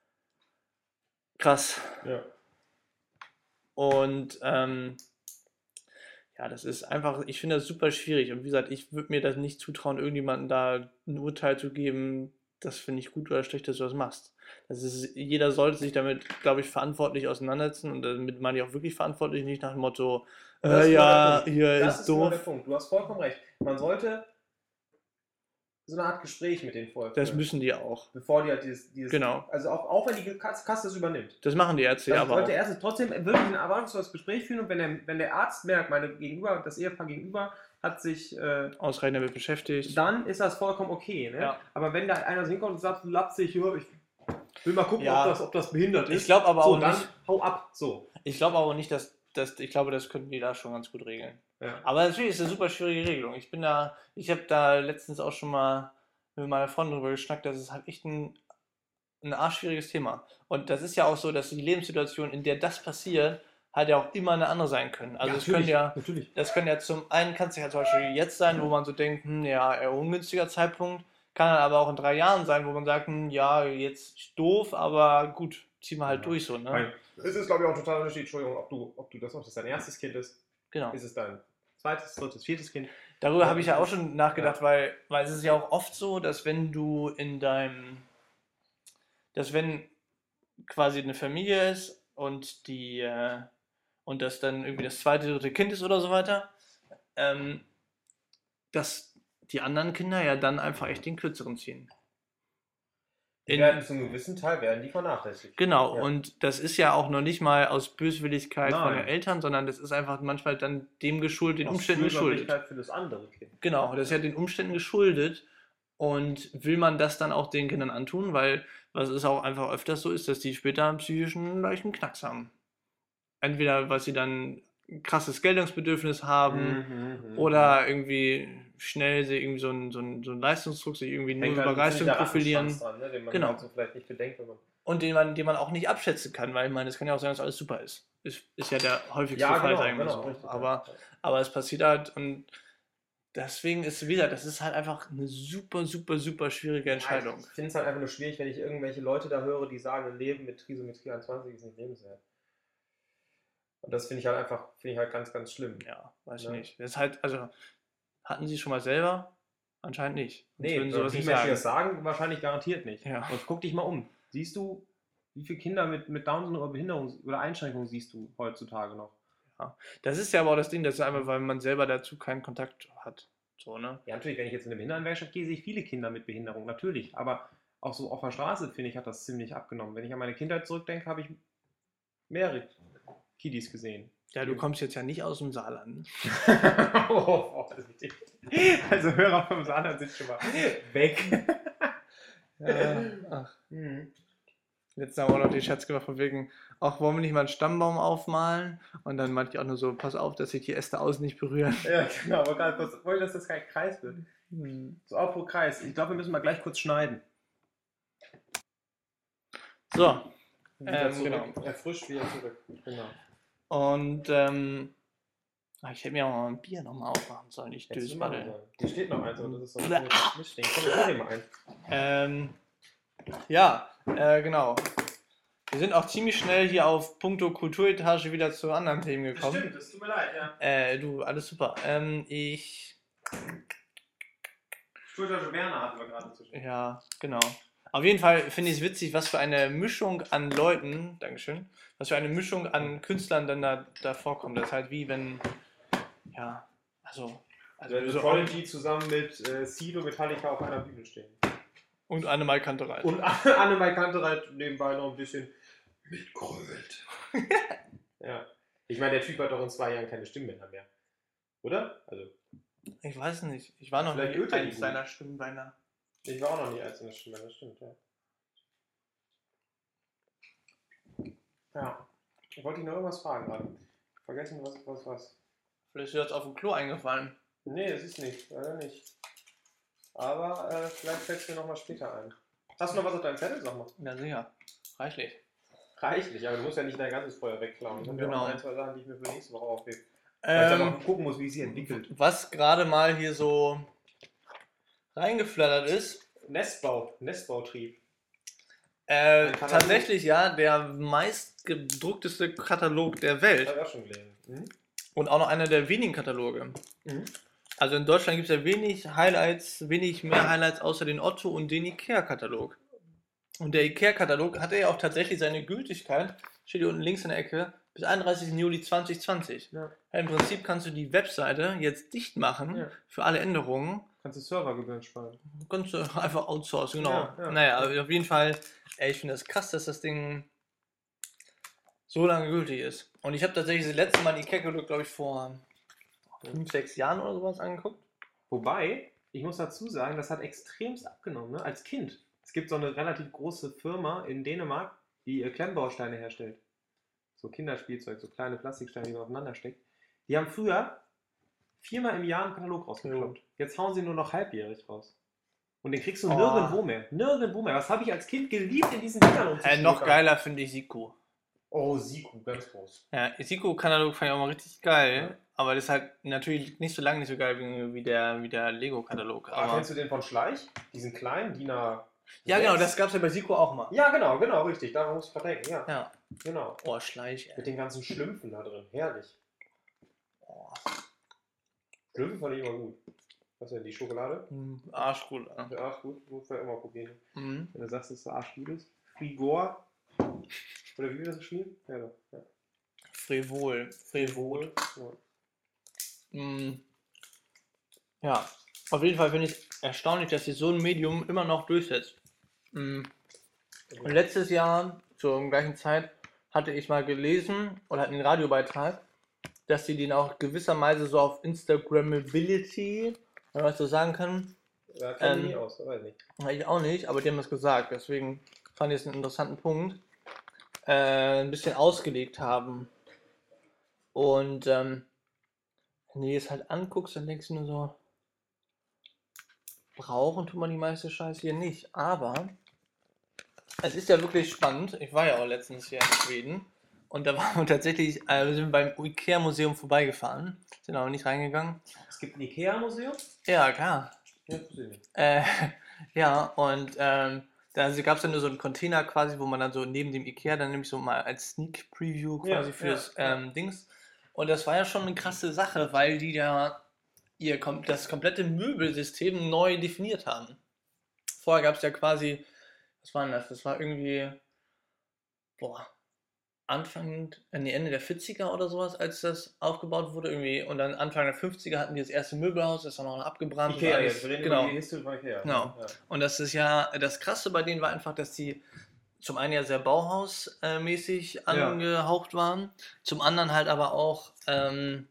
krass. Ja. Und ja, das ist einfach, ich finde das super schwierig. Und wie gesagt, ich würde mir das nicht zutrauen, irgendjemandem da ein Urteil zu geben, das finde ich gut oder schlecht, dass du das machst. Jeder sollte sich damit, glaube ich, verantwortlich auseinandersetzen und damit meine ich auch wirklich verantwortlich, nicht nach dem Motto, ja, hier Das ist genau doof. der Punkt. Du hast vollkommen recht. Man sollte so eine Art Gespräch mit denen vorher Das führen, müssen die auch. bevor die halt Genau. also auch wenn die Kasse das übernimmt. Das machen die Ärzte ja Dann aber sollte auch. er trotzdem wirklich ein erwartungsvolles Gespräch führen und wenn der Arzt merkt, das Ehepaar gegenüber hat sich Ausreichend damit beschäftigt. dann ist das vollkommen okay. Ne? Ja. Aber wenn da einer so hinkommt und sagt, lapsig, ja, ich will mal gucken, Ja. ob das behindert ist. Ich glaube aber so, auch dann nicht, hau ab. So. ich glaube aber nicht, ich glaube, das könnten die da schon ganz gut regeln. Ja. Aber natürlich ist es eine super schwierige Regelung. Ich habe da letztens auch schon mal mit meiner Freundin drüber geschnackt, das ist halt echt ein arschschwieriges Thema. Und das ist ja auch so, dass die Lebenssituation, in der das passiert, halt ja auch immer eine andere sein können. Also natürlich. das können ja zum einen, kann es ja zum Beispiel jetzt sein, wo man so denkt, ja, eher ungünstiger Zeitpunkt, kann dann aber auch in 3 Jahren sein, wo man sagt, ja, jetzt doof, aber gut, ziehen wir halt durch so, ne? Es ist, glaube ich, auch ein totaler Unterschied, Entschuldigung, ob das dein erstes Kind ist. Genau. Ist es dein zweites, drittes, viertes Kind? Darüber habe ich ja auch schon nachgedacht, weil es ist ja auch oft so, dass wenn quasi eine Familie ist und und das dann irgendwie das zweite, dritte Kind ist oder so weiter, dass die anderen Kinder ja dann einfach echt den kürzeren ziehen. Zu einem gewissen Teil werden die vernachlässigt. Genau, Ja. und das ist ja auch noch nicht mal aus Böswilligkeit von den Nein. Eltern, sondern das ist einfach manchmal dann dem geschuldet, den Umständen geschuldet. Für das andere Kind. Genau, das ist ja den Umständen geschuldet. Und will man das dann auch den Kindern antun, weil was es auch einfach öfters so ist, dass die später einen psychischen leichten Knacks haben. Entweder weil sie dann ein krasses Geltungsbedürfnis haben oder irgendwie schnell sie irgendwie so einen Leistungsdruck, sich irgendwie nur über Leistung profilieren. Dran, ne, den man Genau. halt so vielleicht nicht bedenkt, wenn man Und den man auch nicht abschätzen kann, weil ich meine, es kann ja auch sein, dass alles super ist. Ist ja der häufigste Fall, sagen wir so. richtig, Aber es passiert halt und deswegen ist wieder, das ist halt einfach eine super, super, super schwierige Entscheidung. Ich finde es halt einfach nur schwierig, wenn ich irgendwelche Leute da höre, die sagen, ein Leben mit Trisomie 21 ist nicht lebenswert. Und das finde ich halt ganz, ganz schlimm. Ja, weiß ich nicht. Das ist halt, also, hatten Sie schon mal selber? Anscheinend nicht. Nee, würden sowas die nicht Menschen, die sagen. das sagen, wahrscheinlich garantiert nicht. Ja. Und guck dich mal um. Siehst du, wie viele Kinder mit Down-Syndrom oder Behinderung oder Einschränkungen siehst du heutzutage noch? Ja. Das ist ja aber auch das Ding, das ist einfach, weil man selber dazu keinen Kontakt hat. So, ne? Ja, natürlich, wenn ich jetzt in eine Behindertenwerkstatt gehe, sehe ich viele Kinder mit Behinderung, natürlich. Aber auch so auf der Straße, finde ich, hat das ziemlich abgenommen. Wenn ich an meine Kindheit zurückdenke, habe ich mehrere Kiddies gesehen. Ja, du kommst jetzt ja nicht aus dem Saarland. Also Hörer vom Saarland sind schon mal weg. Ja, ach. Letztens haben wir auch noch den Scherz gemacht von wegen, auch wollen wir nicht mal einen Stammbaum aufmalen? Und dann meinte ich auch nur so, pass auf, dass sich die Äste außen nicht berühren. Ja, genau, aber gerade wollen, dass das kein Kreis wird. So, apropos Kreis. Ich glaube, wir müssen mal gleich kurz schneiden. So, Wieder zurück. genau. Erfrischt wieder zurück. Genau. Und ich hätte mir auch mal ein Bier nochmal aufmachen sollen, ich Dösbaddel. Hier steht noch eins, aber das ist so ein Mischding. Komm, ich hol dir mal ein. Genau. Wir sind auch ziemlich schnell hier auf puncto Kulturetage wieder zu anderen Themen gekommen. Stimmt, das tut mir leid, ja. Du, alles super. Schultage Werner hatten wir gerade zu stehen. Ja, genau. Auf jeden Fall finde ich es witzig, was für eine Mischung an Leuten, Dankeschön, was für eine Mischung an Künstlern dann da vorkommt. Das ist halt wie wenn, ja, also so Prodigy zusammen mit Sido Metallica auf einer Bühne stehen. Und Annemai Kantereit. Und Annemai Kantereit nebenbei noch ein bisschen mitgrölt. Ja. Ich meine, der Typ hat doch in 2 Jahren keine Stimmbänder mehr. Oder? Also. Ich weiß nicht. Ich war noch nicht eins seiner Stimmbänder. Ich war auch noch nie eins seiner Stimmbänder, das stimmt, ja. Ja. Ich wollte dich noch irgendwas fragen gerade. Vergessen, was. Vielleicht ist dir das auf dem Klo eingefallen. Nee, das ist nicht. Leider nicht. Aber vielleicht fällt es mir nochmal später ein. Hast du noch was auf deinem Zettel? Sag mal. Ja, sicher. Reichlich. Reichlich, aber du musst ja nicht dein ganzes Feuer wegklauen. Ich habe ja auch 1, 2 Sachen, die ich mir für nächste Woche aufhebe. Weil ich dann auch gucken muss, wie es sich entwickelt. Was gerade mal hier so reingeflattert ist. Nestbautrieb. Tatsächlich ja, der meistgedruckteste Katalog der Welt. Habe ich auch schon gelesen. Mhm. Und auch noch einer der wenigen Kataloge. Mhm. Also in Deutschland gibt es ja wenig mehr Highlights außer den Otto und den Ikea-Katalog. Und der Ikea-Katalog hatte ja auch tatsächlich seine Gültigkeit, steht hier unten links in der Ecke, bis 31. Juli 2020. Ja. Im Prinzip kannst du die Webseite jetzt dicht machen für alle Änderungen. Kannst du Servergebühren sparen. Kannst du einfach outsourcen, genau. Ja. Naja, aber auf jeden Fall, ich finde das krass, dass das Ding so lange gültig ist. Und ich habe tatsächlich das letzte Mal den Ikea-Katalog, glaube ich, vor 5, 6 Jahren oder sowas angeguckt. Wobei, ich muss dazu sagen, das hat extremst abgenommen, ne? Als Kind. Es gibt so eine relativ große Firma in Dänemark, die Klemmbausteine herstellt. So Kinderspielzeug, so kleine Plastiksteine, die man aufeinander steckt. Die haben früher 4-mal im Jahr einen Katalog rausgekloppt. Jetzt hauen sie nur noch halbjährig raus. Und den kriegst du nirgendwo mehr. Nirgendwo mehr. Was habe ich als Kind geliebt in diesen Dingern umzuschneiden? Noch geiler finde ich Siku. Oh, Siku, ganz groß. Ja, Siku-Katalog fand ich auch mal richtig geil. Aber das ist halt natürlich nicht so lange nicht so geil wie der Lego-Katalog. Aber kennst du den von Schleich? Diesen kleinen DIN Ja, genau, das gab es ja bei Siku auch mal. Ja, genau, richtig. Daran muss ich verdenken, ja. Genau. Oh, Schleich, ey. Mit den ganzen Schlümpfen da drin. Herrlich. Oh. Schlümpfe fand ich immer gut. Was ist denn die Schokolade? Arschgut. Ja, Arschgut. Muss man immer probieren. Mhm. Wenn du sagst, dass es Arschgut ist. Frigor. Oder wie wird das geschrieben? Ja, doch. Ja. Frivol. Ja, auf jeden Fall finde ich erstaunlich, dass sich so ein Medium immer noch durchsetzt. Und letztes Jahr, zur gleichen Zeit, hatte ich mal gelesen oder einen Radiobeitrag, dass sie den auch gewisserweise so auf Instagrammability, wenn man das so sagen kann. Ja, kenne ich nie aus, weiß nicht. Ich auch nicht, aber die haben das gesagt, deswegen fand ich es einen interessanten Punkt. Ein bisschen ausgelegt haben. Und wenn du dir das halt anguckst, dann denkst du nur so, brauchen tut man die meiste Scheiße hier nicht. Aber es ist ja wirklich spannend. Ich war ja auch letztens hier in Schweden und da waren wir tatsächlich, wir sind beim Ikea-Museum vorbeigefahren, sind aber nicht reingegangen. Es gibt ein Ikea-Museum? Ja, klar. Ja, ja, und da gab es dann nur so einen Container quasi, wo man dann so neben dem Ikea dann nämlich so mal als Sneak Preview quasi fürs Dings. Und das war ja schon eine krasse Sache, weil die da das komplette Möbelsystem neu definiert haben. Vorher gab es ja quasi, was war denn das? Das war irgendwie, Ende der 40er oder sowas, als das aufgebaut wurde irgendwie. Und dann Anfang der 50er hatten die das erste Möbelhaus, das war noch abgebrannt. Ikea, jetzt reden wir über die History von Ikea. Genau. Ja. Und das ist ja, das Krasse bei denen war einfach, dass die zum einen ja sehr Bauhausmäßig angehaucht waren, zum anderen halt aber auch den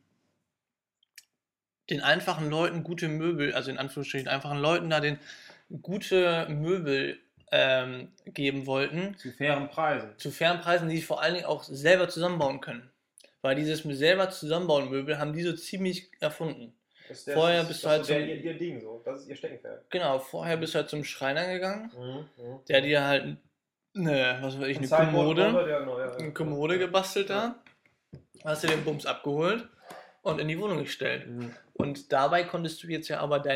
einfachen Leuten gute Möbel, also in Anführungsstrichen einfachen Leuten da den gute Möbel geben wollten. Zu fairen Preisen. Zu fairen Preisen, die sie vor allen Dingen auch selber zusammenbauen können. Weil dieses selber zusammenbauen Möbel haben die so ziemlich erfunden. Vorher bist du halt ihr Ding so, das ist ihr Steckenpferd. Genau, vorher bist du halt zum Schreiner gegangen, der dir halt was weiß ich, eine Sideboard, Kommode, ja, genau, ja. eine Kommode gebastelt da, hast du den Bums abgeholt und in die Wohnung gestellt. Mhm. Und dabei konntest du jetzt ja aber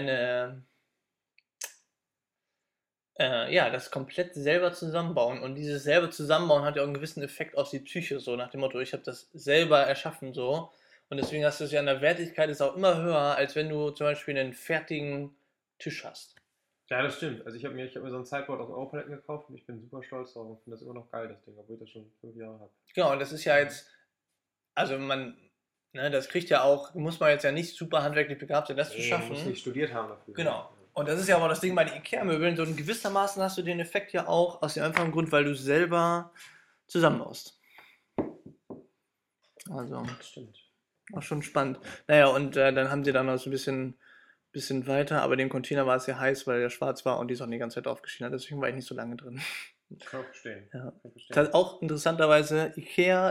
das komplett selber zusammenbauen. Und dieses selber zusammenbauen hat ja auch einen gewissen Effekt auf die Psyche, so nach dem Motto, ich habe das selber erschaffen, so. Und deswegen hast du es ja in der Wertigkeit ist auch immer höher, als wenn du zum Beispiel einen fertigen Tisch hast. Ja, das stimmt. Also ich habe mir so ein Sideboard aus Europaletten gekauft und ich bin super stolz drauf und finde das immer noch geil, das Ding, obwohl ich das schon 5 Jahre habe. Genau, und das ist ja jetzt, also das kriegt ja auch, muss man jetzt ja nicht super handwerklich begabt sein, das zu Du schaffen. musst nicht studiert haben dafür. Genau. Und das ist ja aber das Ding bei den Ikea-Möbeln, so in gewissermaßen hast du den Effekt ja auch aus dem einfachen Grund, weil du es selber zusammenbaust. Also, Das stimmt. auch schon spannend. Naja, und dann haben sie dann noch so ein bisschen weiter, aber dem Container war es ja heiß, weil der schwarz war und die ist auch die ganze Zeit aufgeschienen hat, deswegen war ich nicht so lange drin. Kann ich verstehen. Ja. Kann ich verstehen. Das hat auch interessanterweise Ikea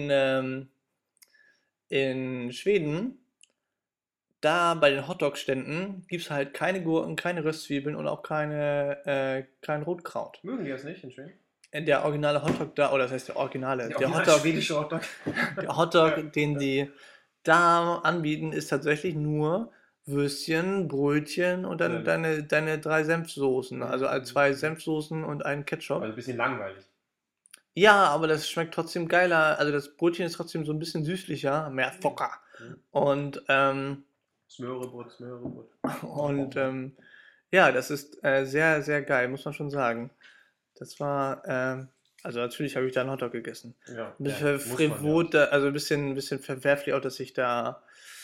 in Schweden, da bei den Hotdog-Ständen gibt es halt keine Gurken, keine Röstzwiebeln und auch kein Rotkraut. Mögen die das nicht in Schweden? Der originale Hotdog da, oder das heißt der originale, Der der original Hotdog, schwedische Hotdog. der Hotdog, den sie da anbieten, ist tatsächlich nur Würstchen, Brötchen und dann deine 3 Senfsoßen. Also 2 Senfsoßen und einen Ketchup. Also ein bisschen langweilig. Ja, aber das schmeckt trotzdem geiler. Also das Brötchen ist trotzdem so ein bisschen süßlicher, mehr Focker. Und Smörebrot. ja, das ist sehr, sehr geil, muss man schon sagen. Das war, also natürlich habe ich da einen Hotdog gegessen. Ja, Ein bisschen frivol, also ein bisschen verwerflich auch, dass ich da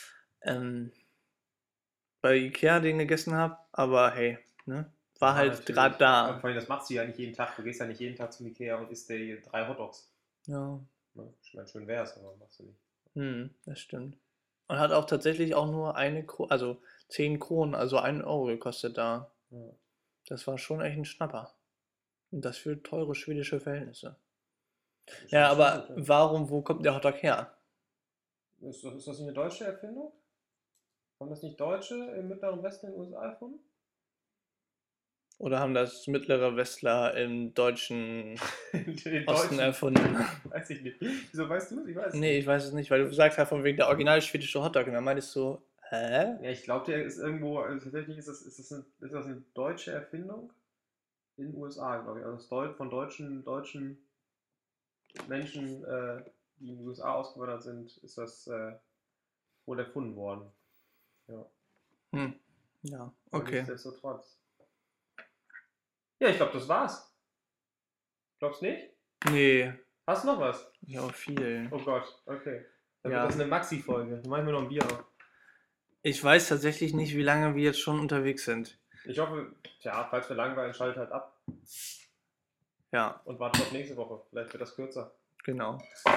bei Ikea den gegessen habe, aber hey, ne? War halt gerade da. Vor allem, das machst du ja nicht jeden Tag. Du gehst ja nicht jeden Tag zum Ikea und isst dir 3 Hotdogs. Ja. Ne? Ich meine, schön wär's, aber machst du nicht. Das stimmt. Und hat auch tatsächlich auch nur 10 Kronen, also 1 Euro gekostet da. Ja. Das war schon echt ein Schnapper. Und das für teure schwedische Verhältnisse. Ja, aber gut, wo kommt der Hotdog her? Ist das nicht eine deutsche Erfindung? Haben das nicht Deutsche im Mittleren Westen in den USA erfunden? Oder haben das mittlere Westler im deutschen Osten erfunden? Weiß ich nicht. Wieso weißt du es? Ich weiß es Nee, ich weiß es nicht, weil du sagst halt von wegen der original schwedische Hotdog und dann meintest du, hä? Ja, ich glaube, der ist irgendwo, also tatsächlich ist das eine deutsche Erfindung in den USA, glaube ich. Also von deutschen Menschen, die in den USA ausgewandert sind, ist das wohl erfunden worden. Ja. Ja, okay. Nichtsdestotrotz. Ja, ich glaube, das war's. Glaubst nicht? Nee. Hast du noch was? Ja, viel. Oh Gott, okay. Dann Ja. wird das eine Maxi-Folge. Dann machen wir noch ein Bier auf. Ich weiß tatsächlich nicht, wie lange wir jetzt schon unterwegs sind. Ich hoffe, falls wir langweilen, schaltet halt ab. Ja. Und wartet auf nächste Woche. Vielleicht wird das kürzer. Genau.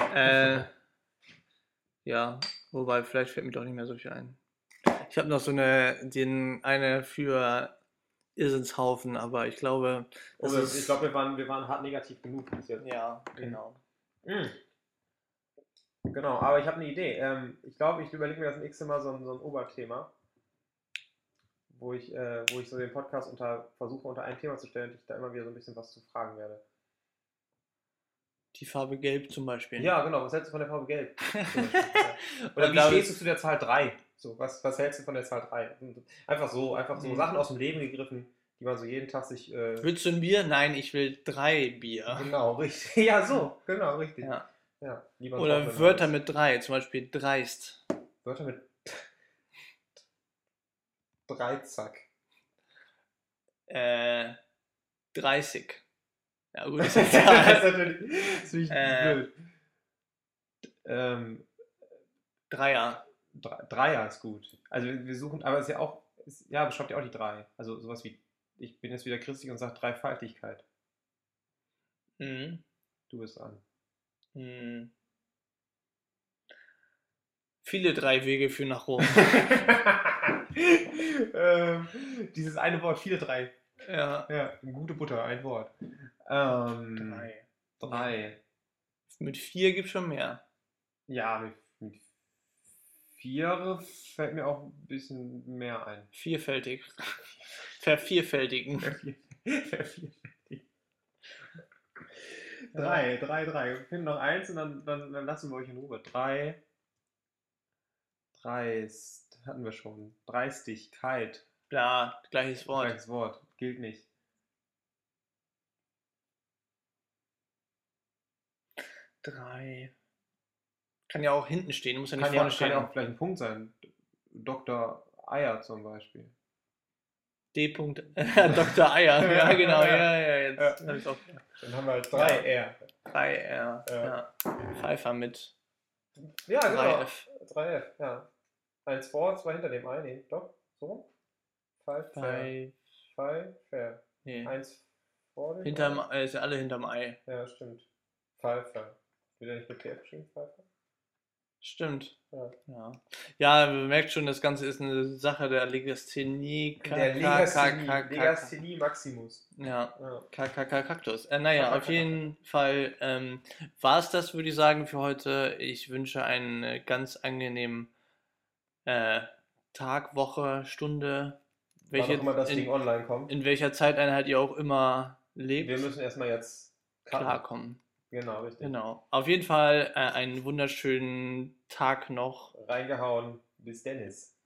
Ja, wobei, vielleicht fällt mir doch nicht mehr so viel ein. Ich habe noch so eine für Irrsinnshaufen, aber ich glaube... wir waren hart negativ genug bis jetzt. Ja, genau. Genau, aber ich habe eine Idee. Ich glaube, ich überlege mir das nächste Mal so ein Oberthema, wo ich so den Podcast versuche unter ein Thema zu stellen und ich da immer wieder so ein bisschen was zu fragen werde. Die Farbe Gelb zum Beispiel. Ja, genau. Was hältst du von der Farbe Gelb? Oder wie stehst du zu der Zahl 3? So, was hältst du von der Zahl 3? Einfach so Sachen aus dem Leben gegriffen, die man so jeden Tag sich... Willst du ein Bier? Nein, ich will 3 Bier. Genau, richtig. Ja, so. Genau, richtig. Ja. Oder Wörter mit 3, zum Beispiel dreist. Wörter mit Dreizack. 30. Ja gut, das ist natürlich blöd. Dreier. Dreier ist gut. Also wir suchen, aber es ist ja auch, beschreibt ja auch die 3. Also sowas wie, ich bin jetzt wieder christlich und sage Dreifaltigkeit. Mhm. Du bist dran. Viele 3 Wege führen nach Rom. Dieses eine Wort, viele 3. Ja. Ja, gute Butter, ein Wort. 3. Mit 4 gibt es schon mehr. Ja, mit 4 fällt mir auch ein bisschen mehr ein. Vierfältig. Vervierfältigen. 3. Wir finden noch eins und dann lassen wir euch in Ruhe. 3. Dreist. Hatten wir schon. Dreistigkeit. Ja, gleiches Wort. Gleiches Wort. Gilt nicht. 3. Kann ja auch hinten stehen, muss ja nicht Kann vorne ja stehen. auch vielleicht ein Punkt sein. Dr. Eier zum Beispiel. D. Dr. Eier. Ja, genau. Ja, jetzt habe ich auch. Dann haben wir halt 3R. 3R. Ja. Pfeiffer mit Ja, genau. 3F. 3F, ja. 1 vor, 2 hinter dem I. Nee, doch. So. Pfeiffer. Nee. 1 vor dem Ist ja alle hinterm Ei. Ja, stimmt. Pfeiffer. Wird ja nicht mit PF geschrieben, Pfeiffer? Stimmt. Ja. Ja, man merkt schon, das Ganze ist eine Sache der Legasthenie. Legasthenie Maximus. Ja. Kaktus. Naja, auf jeden Fall war es das, würde ich sagen, für heute. Ich wünsche einen ganz angenehmen Tag, Woche, Stunde, Wann auch immer das Ding online kommt. in welcher Zeiteinheit ihr auch immer lebt. Wir müssen erstmal jetzt klarkommen. Genau, richtig. Genau. Auf jeden Fall einen wunderschönen Tag noch. Reingehauen. Bis Dennis.